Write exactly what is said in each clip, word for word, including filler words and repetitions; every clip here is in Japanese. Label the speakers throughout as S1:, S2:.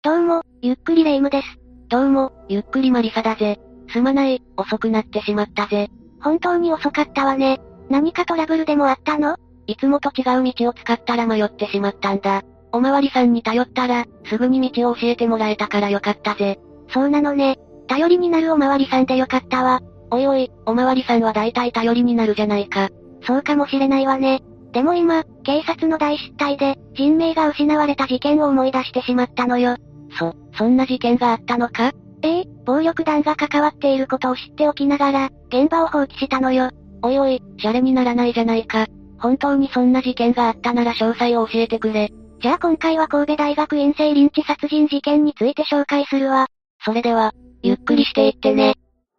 S1: どうも、ゆっくりレ夢ムです。
S2: どうも、ゆっくりマリサだぜ。すまない、遅くなってしまったぜ。
S1: 本当に遅かったわね。何かトラブルでもあったの？
S2: いつもと違う道を使ったら迷ってしまったんだ。おまわりさんに頼ったら、すぐに道を教えてもらえたからよかったぜ。
S1: そうなのね。頼りになるおまわりさんでよかったわ。
S2: おいおい、おまわりさんは大体頼りになるじゃないか。
S1: そうかもしれないわね。でも今、警察の大失態で、人命が失われた事件を思い出してしまったのよ。
S2: そ、そんな事件があったのか？
S1: ええ、暴力団が関わっていることを知っておきながら、現場を放棄したのよ。
S2: おいおい、シャレにならないじゃないか。本当にそんな事件があったなら詳細を教えてくれ。
S1: じゃあ今回は神戸大学院生リンチ殺人事件について紹介するわ。
S2: それでは、ゆっくりしていってね。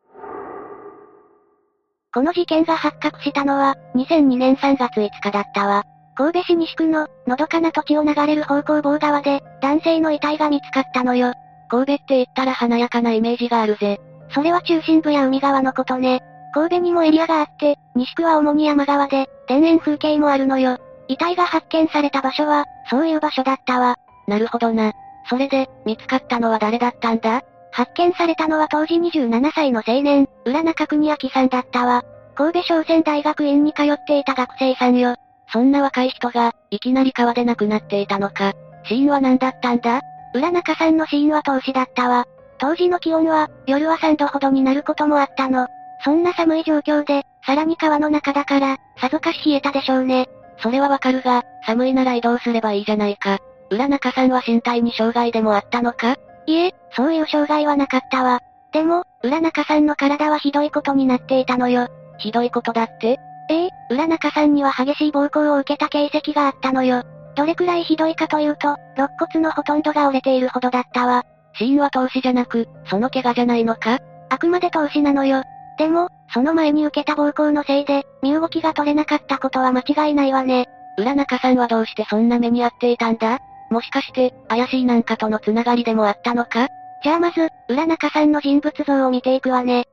S1: この事件が発覚したのは、にせんにねんさんがついつかだったわ。神戸市西区の、のどかな土地を流れる方向坊川で、男性の遺体が見つかったのよ。
S2: 神戸って言ったら華やかなイメージがあるぜ。
S1: それは中心部や海側のことね。神戸にもエリアがあって、西区は主に山側で、田園風景もあるのよ。遺体が発見された場所は、そういう場所だったわ。
S2: なるほどな。それで、見つかったのは誰だったんだ？
S1: 発見されたのは当時にじゅうななさいの青年、浦中邦明さんだったわ。神戸商船大学院に通っていた学生さんよ。
S2: そんな若い人が、いきなり川で亡くなっていたのか。死因は何だったんだ？
S1: 浦中さんの死因は凍死だったわ。当時の気温は、夜はさんどほどになることもあったの。そんな寒い状況で、さらに川の中だから、さぞかし冷えたでしょうね。
S2: それはわかるが、寒いなら移動すればいいじゃないか。浦中さんは身体に障害でもあったのか？
S1: いえ、そういう障害はなかったわ。でも、浦中さんの体はひどいことになっていたのよ。
S2: ひどいことだって？
S1: ええ、浦中さんには激しい暴行を受けた形跡があったのよ。どれくらいひどいかというと、肋骨のほとんどが折れているほどだったわ。
S2: 死因は凍死じゃなく、その怪我じゃないのか？
S1: あくまで凍死なのよ。でも、その前に受けた暴行のせいで、身動きが取れなかったことは間違いないわね。
S2: 浦中さんはどうしてそんな目に遭っていたんだ？もしかして、怪しいなんかとのつながりでもあったのか？
S1: じゃあまず、浦中さんの人物像を見ていくわね。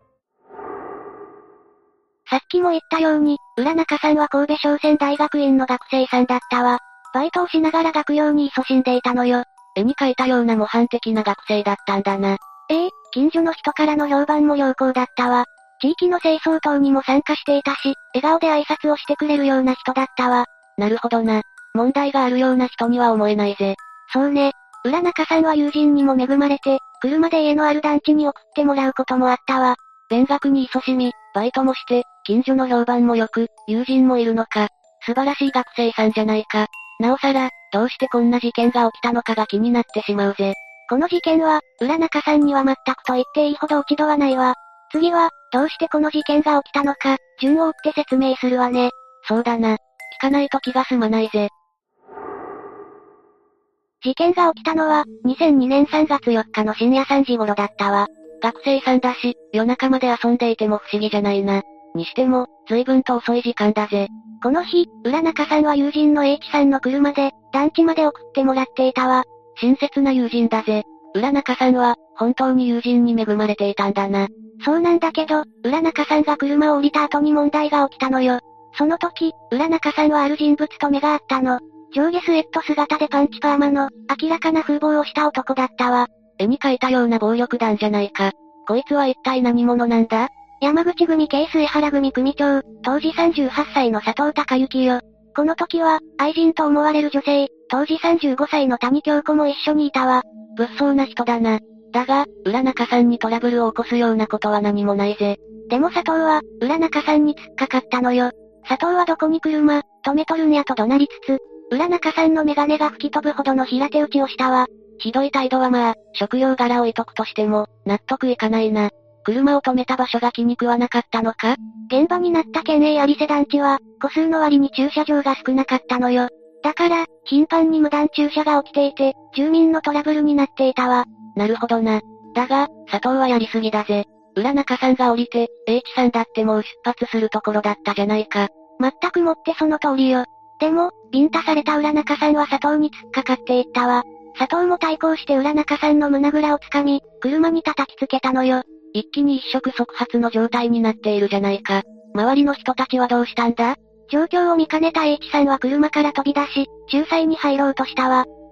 S1: さっきも言ったように、浦中さんは神戸商船大学院の学生さんだったわ。バイトをしながら学業に勤しんでいたのよ。
S2: 絵に描いたような模範的な学生だったんだな。
S1: ええ、近所の人からの評判も良好だったわ。地域の清掃等にも参加していたし、笑顔で挨拶をしてくれるような人だったわ。
S2: なるほどな。問題があるような人には思えないぜ。
S1: そうね。浦中さんは友人にも恵まれて、車で家のある団地に送ってもらうこともあったわ。
S2: 勉学に勤しみ、バイトもして、近所の評判も良く、友人もいるのか。素晴らしい学生さんじゃないか。なおさら、どうしてこんな事件が起きたのかが気になってしまうぜ。
S1: この事件は、浦中さんには全くと言っていいほど落ち度はないわ。次は、どうしてこの事件が起きたのか、順を追って説明するわね。
S2: そうだな。聞かないと気が済まないぜ。
S1: 事件が起きたのは、にせんにねんさんがつよっかの深夜さんじ頃だったわ。
S2: 学生さんだし、夜中まで遊んでいても不思議じゃないな。にしても、随分と遅い時間だぜ。
S1: この日、浦中さんは友人の H さんの車で、団地まで送ってもらっていたわ。
S2: 親切な友人だぜ。浦中さんは、本当に友人に恵まれていたんだな。
S1: そうなんだけど、浦中さんが車を降りた後に問題が起きたのよ。その時、浦中さんはある人物と目が合ったの。上下スウェット姿でパンチパーマの、明らかな風貌をした男だったわ。
S2: 絵に描いたような暴力団じゃないか。こいつは一体何者なんだ？
S1: 山口組系末原組組長、当時さんじゅうはっさいの佐藤孝之よ。この時は、愛人と思われる女性、当時さんじゅうごさいの谷京子も一緒にいたわ。
S2: 物騒な人だな。だが、浦中さんにトラブルを起こすようなことは何もないぜ。
S1: でも佐藤は、浦中さんに突っかかったのよ。佐藤はどこに車、止めとるんやと怒鳴りつつ、浦中さんのメガネが吹き飛ぶほどの平手打ちをしたわ。
S2: ひどい態度はまあ、職業柄置いとくとしても、納得いかないな。車を止めた場所が気に食わなかったのか？
S1: 現場になった県営有瀬団地は、戸数の割に駐車場が少なかったのよ。だから、頻繁に無断駐車が起きていて、住民のトラブルになっていたわ。
S2: なるほどな。だが、佐藤はやりすぎだぜ。浦中さんが降りて、H さんだってもう出発するところだったじゃないか。
S1: 全くもってその通りよ。でも、ビンタされた浦中さんは佐藤に突っかかっていったわ。佐藤も対抗して浦中さんの胸ぐらをつかみ、車に叩きつけたのよ。
S2: 一気に一触即発の状態になっているじゃないか。周りの人たちはどうしたんだ？
S1: 状況を見かねた H さんは車から飛び出し、仲裁に入ろうとしたわ。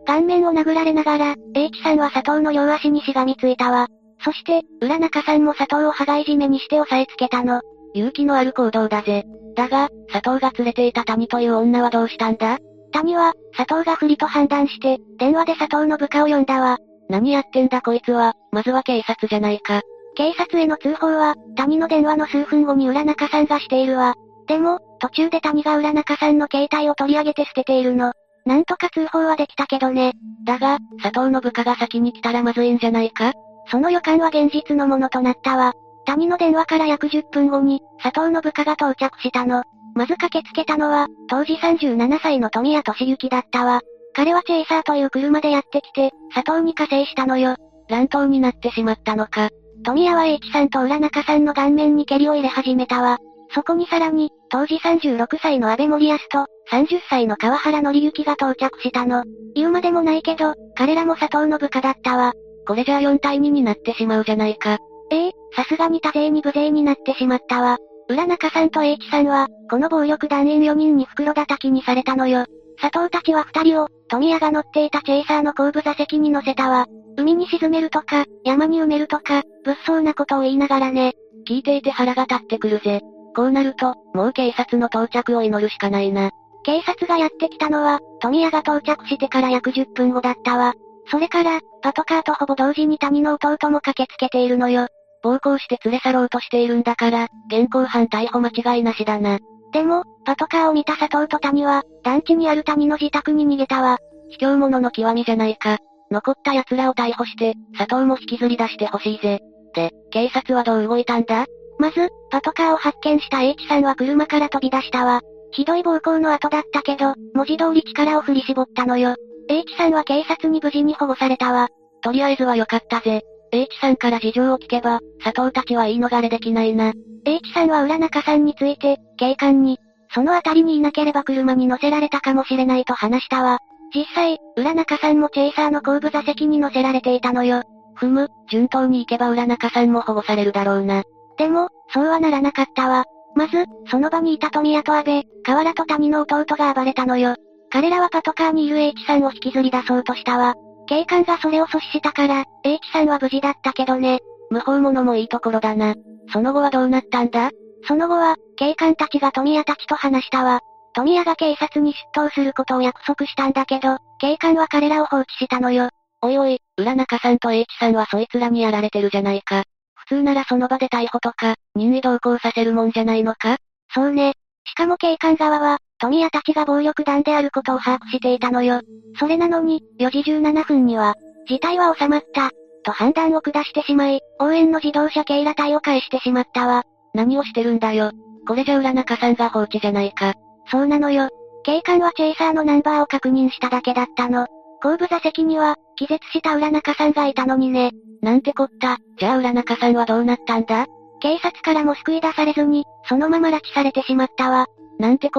S1: 顔面を殴られながら、H さんは佐藤の両足にしがみついたわ。そして、浦中さんも佐藤を羽交い締めにして押さえつけたの。
S2: 勇気のある行動だぜ。だが、佐藤が連れていた谷という女はどうしたんだ？
S1: 谷は、佐藤が不利と判断して、電話で佐藤の部下を呼んだわ。
S2: 何やってんだこいつは、まずは警察じゃないか。
S1: 警察への通報は、谷の電話の数分後に浦中さんがしているわ。でも、途中で谷が浦中さんの携帯を取り上げて捨てているの。なんとか通報はできたけどね。
S2: だが、佐藤の部下が先に来たらまずいんじゃないか？
S1: その予感は現実のものとなったわ。谷の電話から約じゅっぷんごに、佐藤の部下が到着したの。まず駆けつけたのは、当時さんじゅうななさいの富谷俊之だったわ。彼はチェイサーという車でやってきて、佐藤に加勢したのよ。
S2: 乱闘になってしまったのか。
S1: 富谷は H さんと浦中さんの顔面に蹴りを入れ始めたわ。そこにさらに、当時さんじゅうろくさいの安倍森康と、さんじゅっさいの川原紀之が到着したの。言うまでもないけど、彼らも佐藤の部下だったわ。
S2: これじゃあよんたいにになってしまうじゃないか。
S1: ええ、さすがに多勢に無勢になってしまったわ。浦中さんと H さんは、この暴力団員よにんに袋叩きにされたのよ。佐藤たちはふたりを、富谷が乗っていたチェイサーの後部座席に乗せたわ。海に沈めるとか、山に埋めるとか、物騒なことを言いながらね。
S2: 聞いていて腹が立ってくるぜ。こうなると、もう警察の到着を祈るしかないな。
S1: 警察がやってきたのは、富谷が到着してから約じゅっぷんごだったわ。それから、パトカーとほぼ同時に谷の弟も駆けつけているのよ。
S2: 暴行して連れ去ろうとしているんだから、現行犯逮捕間違いなしだな。
S1: でも、パトカーを見た佐藤と谷は、団地にある谷の自宅に逃げたわ。
S2: 卑怯者の極みじゃないか。残った奴らを逮捕して、佐藤も引きずり出してほしいぜ。で、警察はどう動いたんだ？
S1: まず、パトカーを発見した H さんは車から飛び出したわ。ひどい暴行の後だったけど、文字通り力を振り絞ったのよ。H さんは警察に無事に保護されたわ。
S2: とりあえずは良かったぜ。H さんから事情を聞けば、佐藤たちは言い逃れできないな。
S1: H さんは浦中さんについて、警官に、その辺りにいなければ車に乗せられたかもしれないと話したわ。実際、浦中さんもチェイサーの後部座席に乗せられていたのよ。
S2: ふむ、順当に行けば浦中さんも保護されるだろうな。
S1: でも、そうはならなかったわ。まず、その場にいた富谷と安倍、河原と谷の弟が暴れたのよ。彼らはパトカーにいる H さんを引きずり出そうとしたわ。警官がそれを阻止したから、H さんは無事だったけどね。
S2: 無法者もいいところだな。その後はどうなったんだ？
S1: その後は、警官たちが富谷たちと話したわ。富谷が警察に出頭することを約束したんだけど、警官は彼らを放置したのよ。
S2: おいおい、浦中さんと H さんはそいつらにやられてるじゃないか。普通ならその場で逮捕とか、任意同行させるもんじゃないのか？
S1: そうね。しかも警官側は、富谷たちが暴力団であることを把握していたのよ。それなのに、よじじゅうななふんには、事態は収まった、と判断を下してしまい、応援の自動車警ら隊を返してしまったわ。
S2: 何をしてるんだよ。これじゃ浦中さんが放置じゃないか。
S1: そうなのよ。警官はチェイサーのナンバーを確認しただけだったの。後部座席には、気絶した浦中さんがいたのにね。
S2: なんてこった。じゃあ浦中さんはどうなったんだ？
S1: 警察からも救い出されずに、そのまま拉致されてしまったわ。
S2: なんてこった。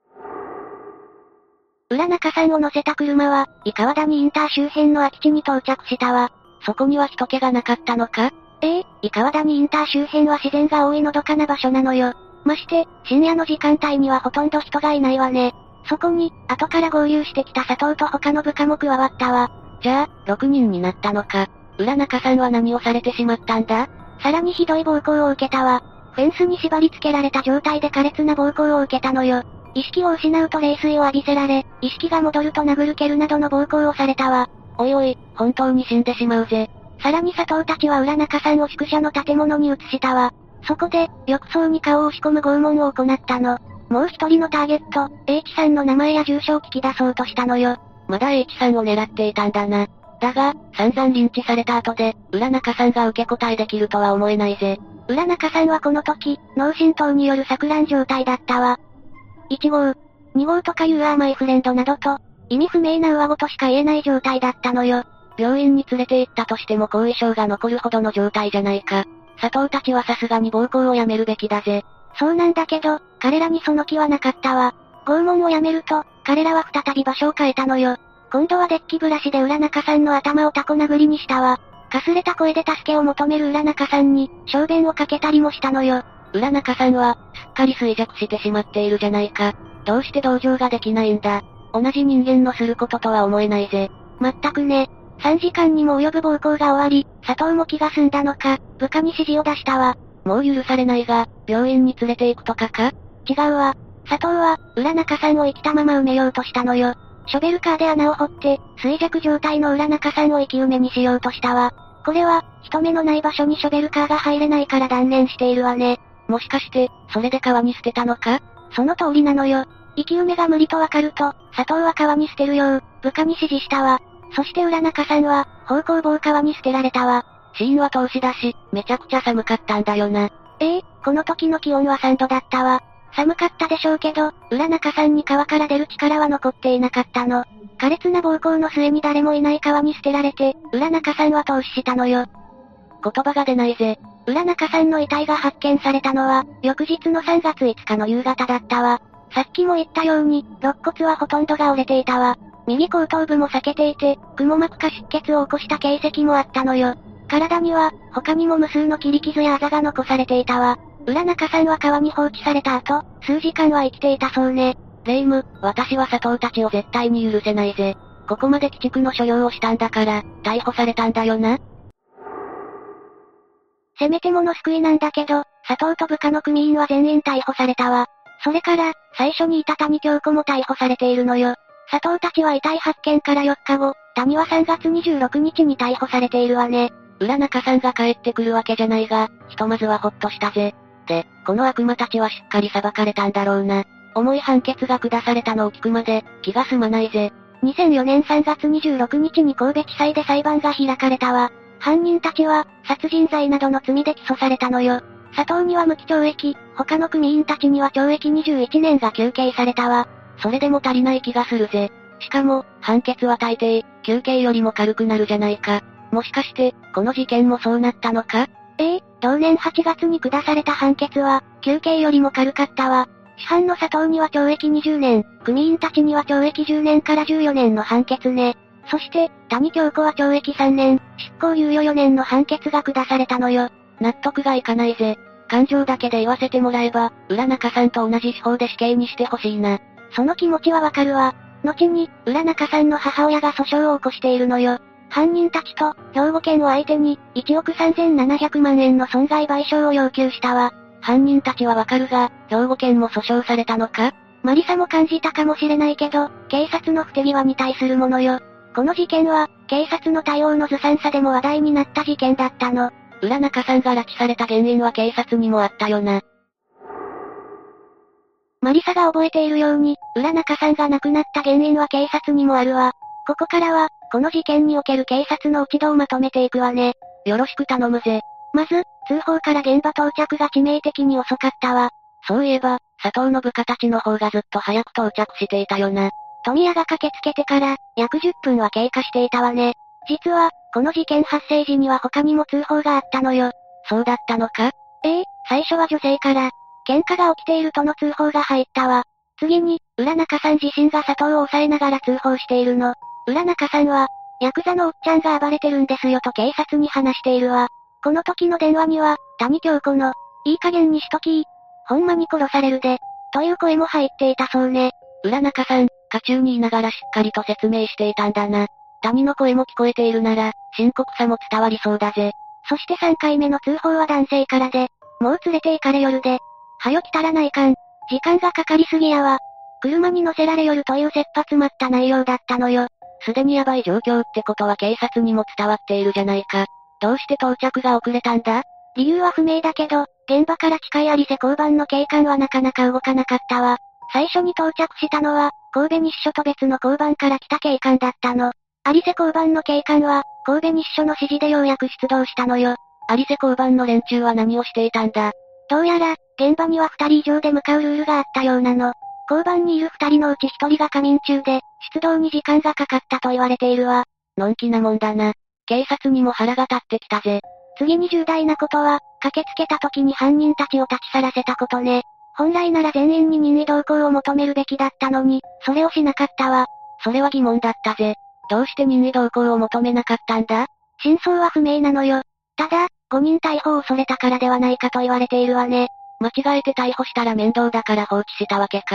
S1: 浦中さんを乗せた車は、井川谷インター周辺の空き地に到着したわ。
S2: そこには人気がなかったのか？
S1: ええ、井川谷インター周辺は自然が多いのどかな場所なのよ。まして、深夜の時間帯にはほとんど人がいないわね。そこに、後から合流してきた佐藤と他の部下も加わったわ。
S2: じゃあ、ろくにんになったのか。浦中さんは何をされてしまったんだ？
S1: さらにひどい暴行を受けたわ。フェンスに縛り付けられた状態で苛烈な暴行を受けたのよ。意識を失うと冷水を浴びせられ、意識が戻ると殴る蹴るなどの暴行をされたわ。
S2: おいおい、本当に死んでしまうぜ。
S1: さらに佐藤たちは浦中さんを宿舎の建物に移したわ。そこで、浴槽に顔を押し込む拷問を行ったの。もう一人のターゲット、H さんの名前や住所を聞き出そうとしたのよ。
S2: まだ H さんを狙っていたんだな。だが、散々リンチされた後で、浦中さんが受け答えできるとは思えないぜ。
S1: 浦中さんはこの時、脳震盪による錯乱状態だったわ。いち号、に号とかいうアーマイフレンドなどと、意味不明な上ごとしか言えない状態だったのよ。
S2: 病院に連れて行ったとしても後遺症が残るほどの状態じゃないか。佐藤たちはさすがに暴行をやめるべきだぜ。
S1: そうなんだけど、彼らにその気はなかったわ。拷問をやめると、彼らは再び場所を変えたのよ。今度はデッキブラシで浦中さんの頭をタコ殴りにしたわ。かすれた声で助けを求める浦中さんに、小便をかけたりもしたのよ。
S2: 浦中さんは、すっかり衰弱してしまっているじゃないか。どうして同情ができないんだ。 同じ人間のすることとは思えないぜ。
S1: まったくね。さんじかんにも及ぶ暴行が終わり、佐藤も気が済んだのか、部下に指示を出したわ。
S2: もう許されないが、病院に連れて行くとかか？
S1: 違うわ。佐藤は、浦中さんを生きたまま埋めようとしたのよ。ショベルカーで穴を掘って、衰弱状態の浦中さんを生き埋めにしようとしたわ。これは、人目のない場所にショベルカーが入れないから断念しているわね。
S2: もしかして、それで川に捨てたのか？
S1: その通りなのよ。生き埋めが無理とわかると、佐藤は川に捨てるよう、部下に指示したわ。そして浦中さんは、方向棒川に捨てられたわ。
S2: 死因は凍死だし、めちゃくちゃ寒かったんだよな。
S1: ええ、この時の気温はさんどだったわ。寒かったでしょうけど、浦中さんに川から出る力は残っていなかったの。苛烈な暴行の末に誰もいない川に捨てられて、浦中さんは凍死したのよ。
S2: 言葉が出ないぜ。
S1: 浦中さんの遺体が発見されたのは、翌日のさんがついつかの夕方だったわ。さっきも言ったように、肋骨はほとんどが折れていたわ。右後頭部も裂けていて、くも膜下出血を起こした形跡もあったのよ。体には、他にも無数の切り傷やあざが残されていたわ。浦中さんは川に放置された後、数時間は生きていたそうね。
S2: レイム、私は佐藤たちを絶対に許せないぜ。ここまで鬼畜の所領をしたんだから、逮捕されたんだよな。
S1: せめてもの救いなんだけど、佐藤と部下の組員は全員逮捕されたわ。それから、最初にいた谷京子も逮捕されているのよ。佐藤たちは遺体発見からよっかご、谷はさんがつにじゅうろくにちに逮捕されているわね。
S2: 浦中さんが帰ってくるわけじゃないが、ひとまずはほっとしたぜ。で、この悪魔たちはしっかり裁かれたんだろうな。重い判決が下されたのを聞くまで、気が済まないぜ。
S1: にせんよねんさんがつにじゅうろくにちに神戸地裁で裁判が開かれたわ。犯人たちは、殺人罪などの罪で起訴されたのよ。佐藤には無期懲役、他の組員たちには懲役にじゅういちねんが求刑されたわ。
S2: それでも足りない気がするぜ。しかも、判決は大抵、求刑よりも軽くなるじゃないか。もしかして、この事件もそうなったのか？
S1: ええ、同年はちがつに下された判決は、求刑よりも軽かったわ。主犯の佐藤には懲役にじゅうねん、組員たちには懲役じゅうねんからじゅうよねんの判決ね。そして、谷京子は懲役さんねん、執行猶予よねんの判決が下されたのよ。
S2: 納得がいかないぜ。感情だけで言わせてもらえば、浦中さんと同じ手法で死刑にしてほしいな。
S1: その気持ちはわかるわ。後に、浦中さんの母親が訴訟を起こしているのよ。犯人たちと、兵庫県を相手に、いちおくさんぜんななひゃくまんえんの損害賠償を要求したわ。
S2: 犯人たちはわかるが、兵庫県も訴訟されたのか？
S1: マリサも感じたかもしれないけど、警察の不手際に対するものよ。この事件は、警察の対応のずさんさでも話題になった事件だったの。
S2: 浦中さんが拉致された原因は警察にもあったよな。
S1: マリサが覚えているように、浦中さんが亡くなった原因は警察にもあるわ。ここからは、この事件における警察の落ち度をまとめていくわね。
S2: よろしく頼むぜ。
S1: まず、通報から現場到着が致命的に遅かったわ。
S2: そういえば、佐藤の部下たちの方がずっと早く到着していたよな。
S1: 富谷が駆けつけてから、約じゅっぷんは経過していたわね。実は、この事件発生時には他にも通報があったのよ。
S2: そうだったのか？
S1: ええ、最初は女性から、喧嘩が起きているとの通報が入ったわ。次に、浦中さん自身が佐藤を抑えながら通報しているの。浦中さんは、ヤクザのおっちゃんが暴れてるんですよと警察に話しているわ。この時の電話には、谷京子の、いい加減にしときー。ほんまに殺されるで。という声も入っていたそうね。
S2: 浦中さん、渦中にいながらしっかりと説明していたんだな。谷の声も聞こえているなら、深刻さも伝わりそうだぜ。
S1: そしてさんかいめの通報は男性からで、もう連れて行かれよるで。はよ来たらないかん。時間がかかりすぎやわ。車に乗せられよるという切羽詰まった内容だったのよ。
S2: すでにヤバい状況ってことは警察にも伝わっているじゃないか。どうして到着が遅れたんだ？
S1: 理由は不明だけど、現場から近い有瀬交番の警官はなかなか動かなかったわ。最初に到着したのは、神戸西署と別の交番から来た警官だったの。有瀬交番の警官は、神戸西署の指示でようやく出動したのよ。
S2: 有瀬交番の連中は何をしていたんだ？
S1: どうやら、現場には二人以上で向かうルールがあったようなの。交番にいる二人のうち一人が仮眠中で、出動に時間がかかったと言われているわ。
S2: のんきなもんだな。警察にも腹が立ってきたぜ。
S1: 次に重大なことは、駆けつけた時に犯人たちを立ち去らせたことね。本来なら全員に任意同行を求めるべきだったのに、それをしなかったわ。
S2: それは疑問だったぜ。どうして任意同行を求めなかったんだ？
S1: 真相は不明なのよ。ただ、ごにん逮捕を恐れたからではないかと言われているわね。
S2: 間違えて逮捕したら面倒だから放置したわけか。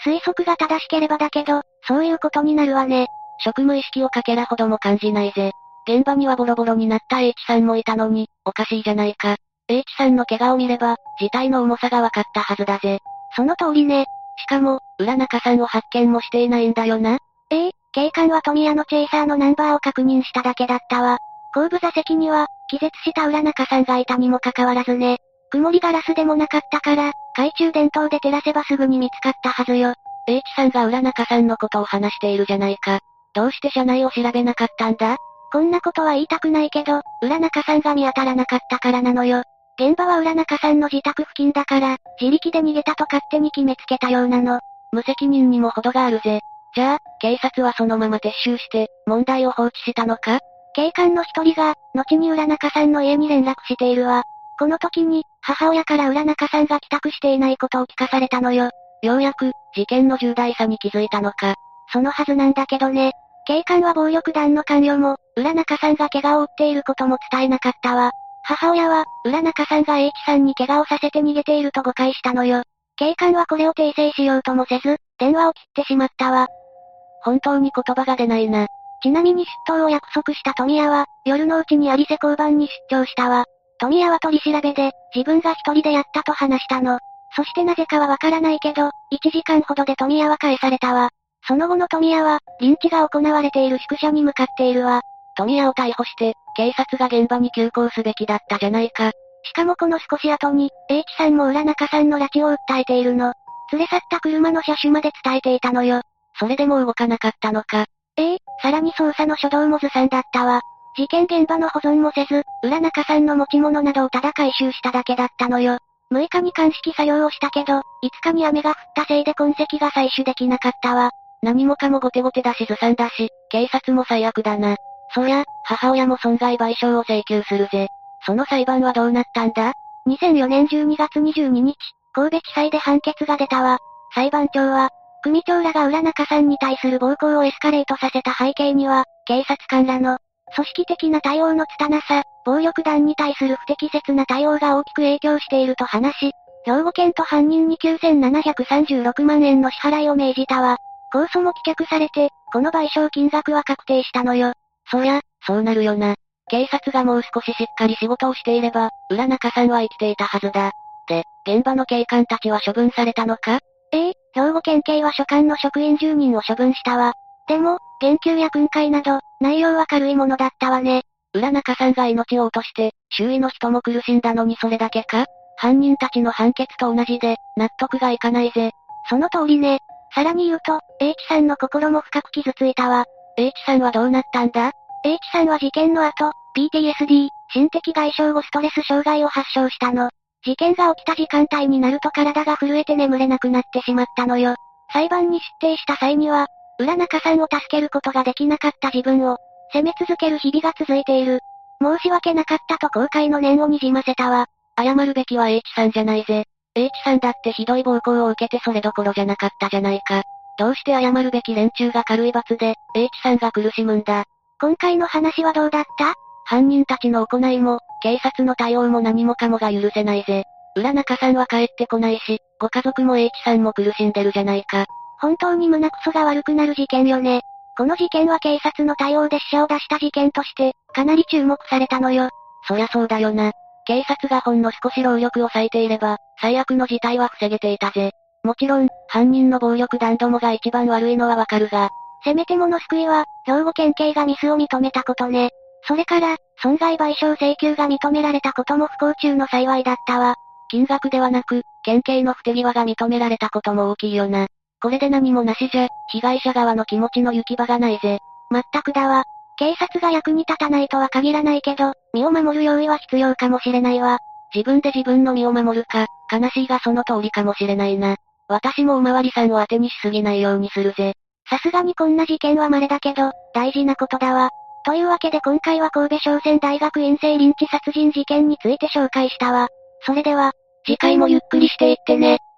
S1: 推測が正しければだけど、そういうことになるわね。
S2: 職務意識をかけらほども感じないぜ。現場にはボロボロになった H さんもいたのに、おかしいじゃないか。H さんの怪我を見れば、事態の重さが分かったはずだぜ。
S1: その通りね。
S2: しかも、浦中さんを発見もしていないんだよな。
S1: ええ、警官は富谷のチェイサーのナンバーを確認しただけだったわ。後部座席には、気絶した浦中さんがいたにもかかわらずね。曇りガラスでもなかったから、懐中電灯で照らせばすぐに見つかったはずよ。
S2: H さんが浦中さんのことを話しているじゃないか。どうして車内を調べなかったんだ？
S1: こんなことは言いたくないけど、浦中さんが見当たらなかったからなのよ。現場は浦中さんの自宅付近だから、自力で逃げたと勝手に決めつけたようなの。
S2: 無責任にも程があるぜ。じゃあ、警察はそのまま撤収して、問題を放置したのか？
S1: 警官の一人が、後に浦中さんの家に連絡しているわ。この時に、母親から浦中さんが帰宅していないことを聞かされたのよ。
S2: ようやく、事件の重大さに気づいたのか。
S1: そのはずなんだけどね。警官は暴力団の関与も、浦中さんが怪我を負っていることも伝えなかったわ。母親は、浦中さんが H さんに怪我をさせて逃げていると誤解したのよ。警官はこれを訂正しようともせず、電話を切ってしまったわ。
S2: 本当に言葉が出ないな。
S1: ちなみに出頭を約束した富谷は、夜のうちに有瀬交番に出張したわ。富谷は取り調べで、自分が一人でやったと話したの。そしてなぜかはわからないけど、いちじかんほどで富谷は返されたわ。その後の富谷は、リンチが行われている宿舎に向かっているわ。
S2: 富谷を逮捕して、警察が現場に急行すべきだったじゃないか。
S1: しかもこの少し後に、H さんも浦中さんの拉致を訴えているの。連れ去った車の車種まで伝えていたのよ。
S2: それでも動かなかったのか。
S1: ええ、さらに捜査の初動もずさんだったわ。事件現場の保存もせず、浦中さんの持ち物などをただ回収しただけだったのよ。むいかに鑑識作業をしたけど、いつかに雨が降ったせいで痕跡が採取できなかったわ。
S2: 何もかも後手後手だしずさんだし、警察も最悪だな。そりゃ、母親も損害賠償を請求するぜ。その裁判はどうなったんだ？
S1: にせんよねんじゅうにがつにじゅうににち、神戸地裁で判決が出たわ。裁判長は、組長らが浦中さんに対する暴行をエスカレートさせた背景には、警察官らの、組織的な対応の拙さ、暴力団に対する不適切な対応が大きく影響していると話し、兵庫県と犯人にきゅうせんななひゃくさんじゅうろくまんえんの支払いを命じたわ。控訴も棄却されて、この賠償金額は確定したのよ。
S2: そりゃ、そうなるよな。警察がもう少ししっかり仕事をしていれば、浦中さんは生きていたはずだ。で、現場の警官たちは処分されたのか？
S1: ええ、兵庫県警は所管の職員じゅうにんを処分したわ。でも、減給や訓戒など、内容は軽いものだったわね。
S2: 浦中さんが命を落として、周囲の人も苦しんだのにそれだけか？犯人たちの判決と同じで、納得がいかないぜ。
S1: その通りね。さらに言うと、H さんの心も深く傷ついたわ。
S2: H さんはどうなったんだ？
S1: H さんは事件の後、ピーティーエスディー、心的外傷後ストレス障害を発症したの。事件が起きた時間帯になると体が震えて眠れなくなってしまったのよ。裁判に出廷した際には、浦中さんを助けることができなかった自分を、責め続ける日々が続いている。申し訳なかったと後悔の念をにじませたわ。
S2: 謝るべきは H さんじゃないぜ。H さんだってひどい暴行を受けてそれどころじゃなかったじゃないか。どうして謝るべき連中が軽い罰で、H さんが苦しむんだ。
S1: 今回の話はどうだった？
S2: 犯人たちの行いも、警察の対応も何もかもが許せないぜ。浦中さんは帰ってこないし、ご家族も H さんも苦しんでるじゃないか。
S1: 本当に胸くそが悪くなる事件よね。この事件は警察の対応で死者を出した事件として、かなり注目されたのよ。
S2: そりゃそうだよな。警察がほんの少し労力を割いていれば、最悪の事態は防げていたぜ。もちろん、犯人の暴力団どもが一番悪いのはわかるが。
S1: せめてもの救いは、兵庫県警がミスを認めたことね。それから、損害賠償請求が認められたことも不幸中の幸いだったわ。
S2: 金額ではなく、県警の不手際が認められたことも大きいよな。これで何もなしじゃ、被害者側の気持ちの行き場がないぜ。
S1: まったくだわ。警察が役に立たないとは限らないけど、身を守る用意は必要かもしれないわ。
S2: 自分で自分の身を守るか、悲しいがその通りかもしれないな。私もおまわりさんを当てにしすぎないようにするぜ。
S1: さすがにこんな事件は稀だけど、大事なことだわ。というわけで今回は神戸商船大学院生リンチ殺人事件について紹介したわ。それでは、
S2: 次回もゆっくりしていってね。